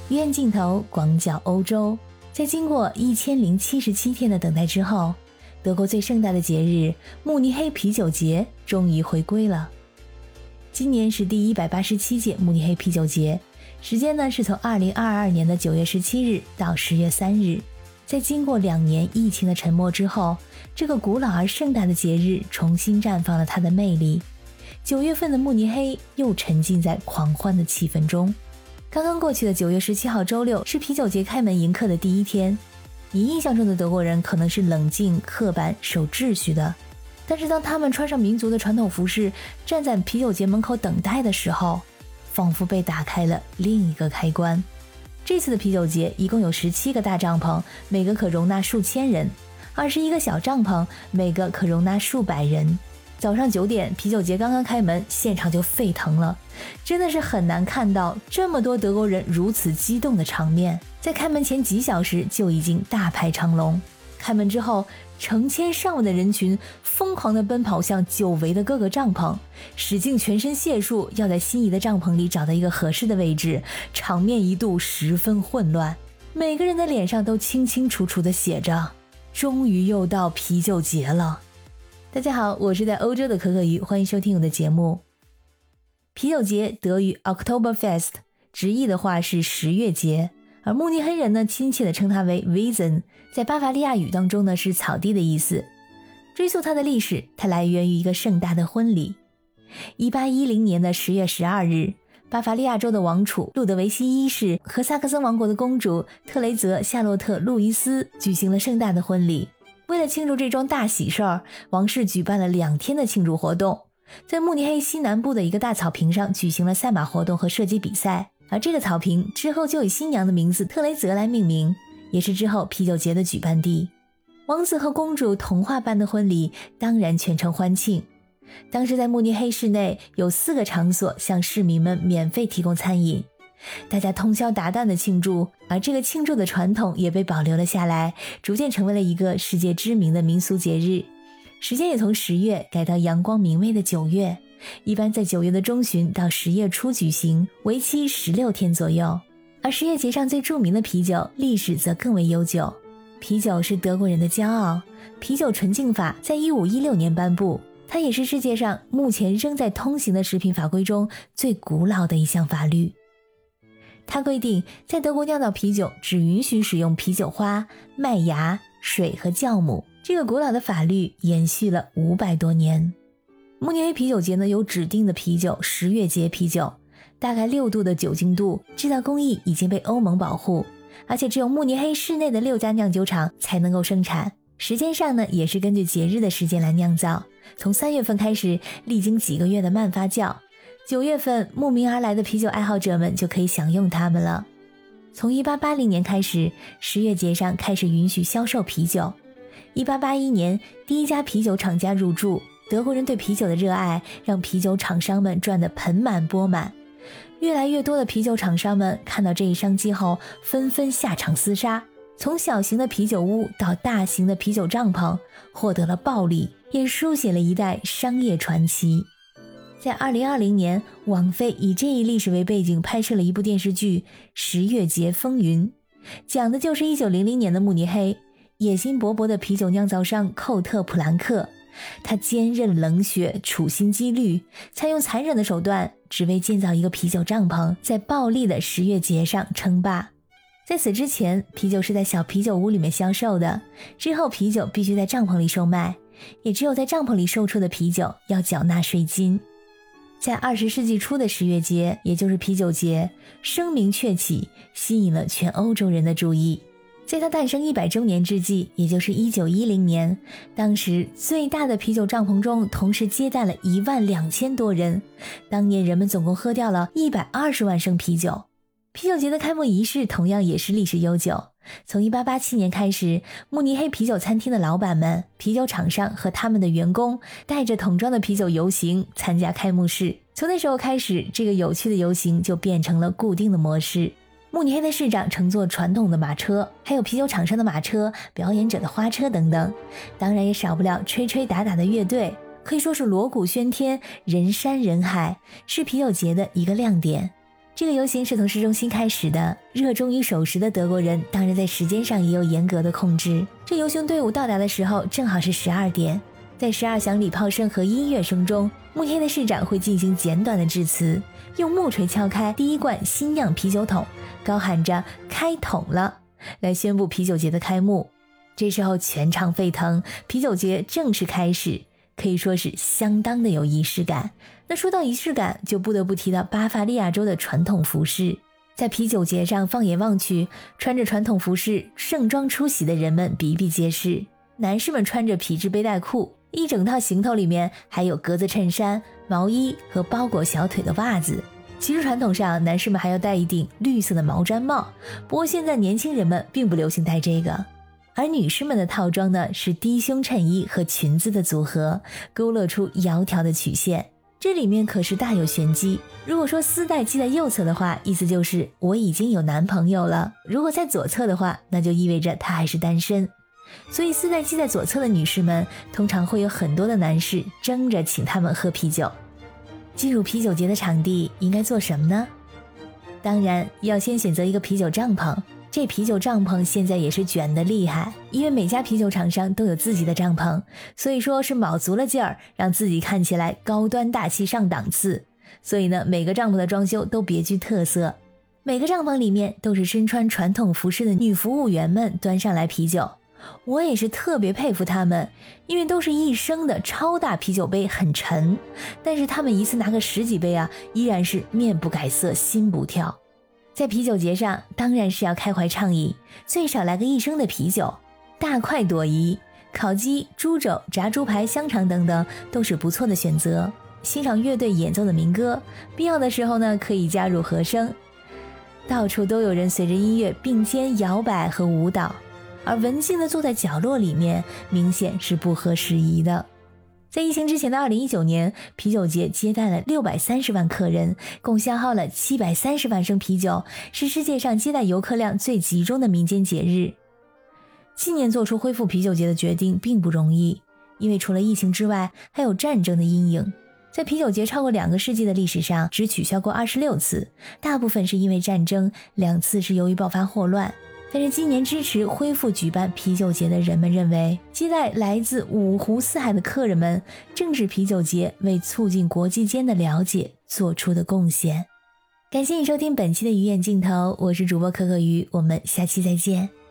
鱼眼镜头广角欧洲，在经过1077天的等待之后，德国最盛大的节日慕尼黑啤酒节终于回归了。今年是第187届慕尼黑啤酒节，时间呢是从2022年的9月17日到10月3日。在经过2年疫情的沉默之后，这个古老而盛大的节日重新绽放了它的魅力。9月份的慕尼黑又沉浸在狂欢的气氛中。刚刚过去的9月17号周六是啤酒节开门迎客的第一天。你印象中的德国人可能是冷静、刻板、守秩序的，但是当他们穿上民族的传统服饰，站在啤酒节门口等待的时候，仿佛被打开了另一个开关。这次的啤酒节一共有17个大帐篷，每个可容纳数千人；21个小帐篷，每个可容纳数百人。早上9点，啤酒节刚刚开门，现场就沸腾了，真的是很难看到这么多德国人如此激动的场面。在开门前几小时就已经大排长龙，开门之后，成千上万的人群疯狂地奔跑向久违的各个帐篷，使尽全身解数要在心仪的帐篷里找到一个合适的位置，场面一度十分混乱。每个人的脸上都清清楚楚地写着：终于又到啤酒节了。大家好，我是在欧洲的可可鱼，欢迎收听我的节目。啤酒节德语 Oktoberfest， 直译的话是10月节，而慕尼黑人呢亲切地称它为 Wiesen， 在巴伐利亚语当中呢是草地的意思。追溯它的历史，它来源于一个盛大的婚礼。1810年的10月12日，巴伐利亚州的王储路德维希一世和萨克森王国的公主特雷泽夏洛特路易斯举行了盛大的婚礼。为了庆祝这桩大喜事儿，王室举办了2天的庆祝活动，在慕尼黑西南部的一个大草坪上举行了赛马活动和射击比赛，而这个草坪之后就以新娘的名字特雷泽来命名，也是之后啤酒节的举办地。王子和公主童话般的婚礼当然全程欢庆。当时在慕尼黑市内有4个场所向市民们免费提供餐饮，大家通宵达旦的庆祝，而这个庆祝的传统也被保留了下来，逐渐成为了一个世界知名的民俗节日。时间也从10月改到阳光明媚的9月，一般在9月的中旬到10月初举行，为期16天左右。而10月节上最著名的啤酒历史则更为悠久。啤酒是德国人的骄傲，啤酒纯净法在1516年颁布，它也是世界上目前仍在通行的食品法规中最古老的一项法律。它规定，在德国酿造啤酒只允许使用啤酒花、麦芽、水和酵母。这个古老的法律延续了500多年。慕尼黑啤酒节呢，有指定的啤酒10月节啤酒，大概6度的酒精度，制造工艺已经被欧盟保护，而且只有慕尼黑市内的6家酿酒厂才能够生产。时间上呢，也是根据节日的时间来酿造，从3月份开始，历经几个月的慢发酵，9月份慕名而来的啤酒爱好者们就可以享用它们了。从1880年开始，10月节上开始允许销售啤酒。1881年，第一家啤酒厂家入驻，德国人对啤酒的热爱让啤酒厂商们赚得盆满钵满。越来越多的啤酒厂商们看到这一商机后，纷纷下场厮杀，从小型的啤酒屋到大型的啤酒帐篷，获得了暴利，也书写了一代商业传奇。在2020年，网飞以这一历史为背景拍摄了一部电视剧《10月节风云》，讲的就是1900年的慕尼黑。野心勃勃的啤酒酿造商寇特普兰克，他坚韧冷血，处心积虑，采用残忍的手段，只为建造一个啤酒帐篷，在暴力的10月节上称霸。在此之前，啤酒是在小啤酒屋里面销售的，之后啤酒必须在帐篷里售卖，也只有在帐篷里售出的啤酒要缴纳税金。在20世纪初的10月节，也就是啤酒节，声名鹊起，吸引了全欧洲人的注意。在它诞生100周年之际，也就是1910年，当时最大的啤酒帐篷中同时接待了12000多人，当年人们总共喝掉了120万升啤酒。啤酒节的开幕仪式同样也是历史悠久，从1887年开始，慕尼黑啤酒餐厅的老板们、啤酒厂商和他们的员工带着桶装的啤酒游行参加开幕式。从那时候开始，这个有趣的游行就变成了固定的模式。慕尼黑的市长乘坐传统的马车，还有啤酒厂商的马车、表演者的花车等等，当然也少不了吹吹打打的乐队，可以说是锣鼓喧天，人山人海，是啤酒节的一个亮点。 这个游行是从市中心开始的，热衷于守时的德国人当然在时间上也有严格的控制。这游行队伍到达的时候正好是12点，在12响礼炮声和音乐声中，慕尼黑的市长会进行简短的致辞，用木锤敲开第一罐新酿啤酒桶，高喊着开桶了，来宣布啤酒节的开幕。这时候全场沸腾，啤酒节正式开始，可以说是相当的有仪式感。那说到仪式感，就不得不提到巴伐利亚州的传统服饰。在啤酒节上放眼望去，穿着传统服饰盛装出席的人们比比皆是。男士们穿着皮质背带裤，一整套行头里面还有格子衬衫、毛衣和包裹小腿的袜子。其实传统上男士们还要戴一顶绿色的毛毡帽，不过现在年轻人们并不流行戴这个。而女士们的套装呢，是低胸衬衣和裙子的组合，勾勒出窈窕的曲线。这里面可是大有玄机。如果说丝带系在右侧的话，意思就是我已经有男朋友了；如果在左侧的话，那就意味着他还是单身。所以丝带系在左侧的女士们，通常会有很多的男士争着请她们喝啤酒。进入啤酒节的场地应该做什么呢？当然要先选择一个啤酒帐篷。这啤酒帐篷现在也是卷得厉害，因为每家啤酒厂商都有自己的帐篷，所以说是卯足了劲儿，让自己看起来高端大气上档次。所以呢，每个帐篷的装修都别具特色，每个帐篷里面都是身穿传统服饰的女服务员们端上来啤酒。我也是特别佩服他们，因为都是一升的超大啤酒杯，很沉，但是他们一次拿个10几杯啊，依然是面不改色心不跳。在啤酒节上当然是要开怀畅饮，最少来个1升的啤酒，大快朵颐，烤鸡、猪肘、炸猪排、香肠等等都是不错的选择。欣赏乐队演奏的民歌，必要的时候呢可以加入和声。到处都有人随着音乐并肩摇摆和舞蹈，而文静地坐在角落里面，明显是不合时宜的。在疫情之前的2019年，啤酒节接待了630万客人，共消耗了730万升啤酒，是世界上接待游客量最集中的民间节日。今年做出恢复啤酒节的决定并不容易，因为除了疫情之外，还有战争的阴影。在啤酒节超过2个世纪的历史上，只取消过26次，大部分是因为战争，2次是由于爆发霍乱。但是今年支持恢复举办啤酒节的人们认为，接待来自5湖4海的客人们，正是啤酒节为促进国际间的了解做出的贡献。感谢你收听本期的鱼眼镜头，我是主播可可鱼，我们下期再见。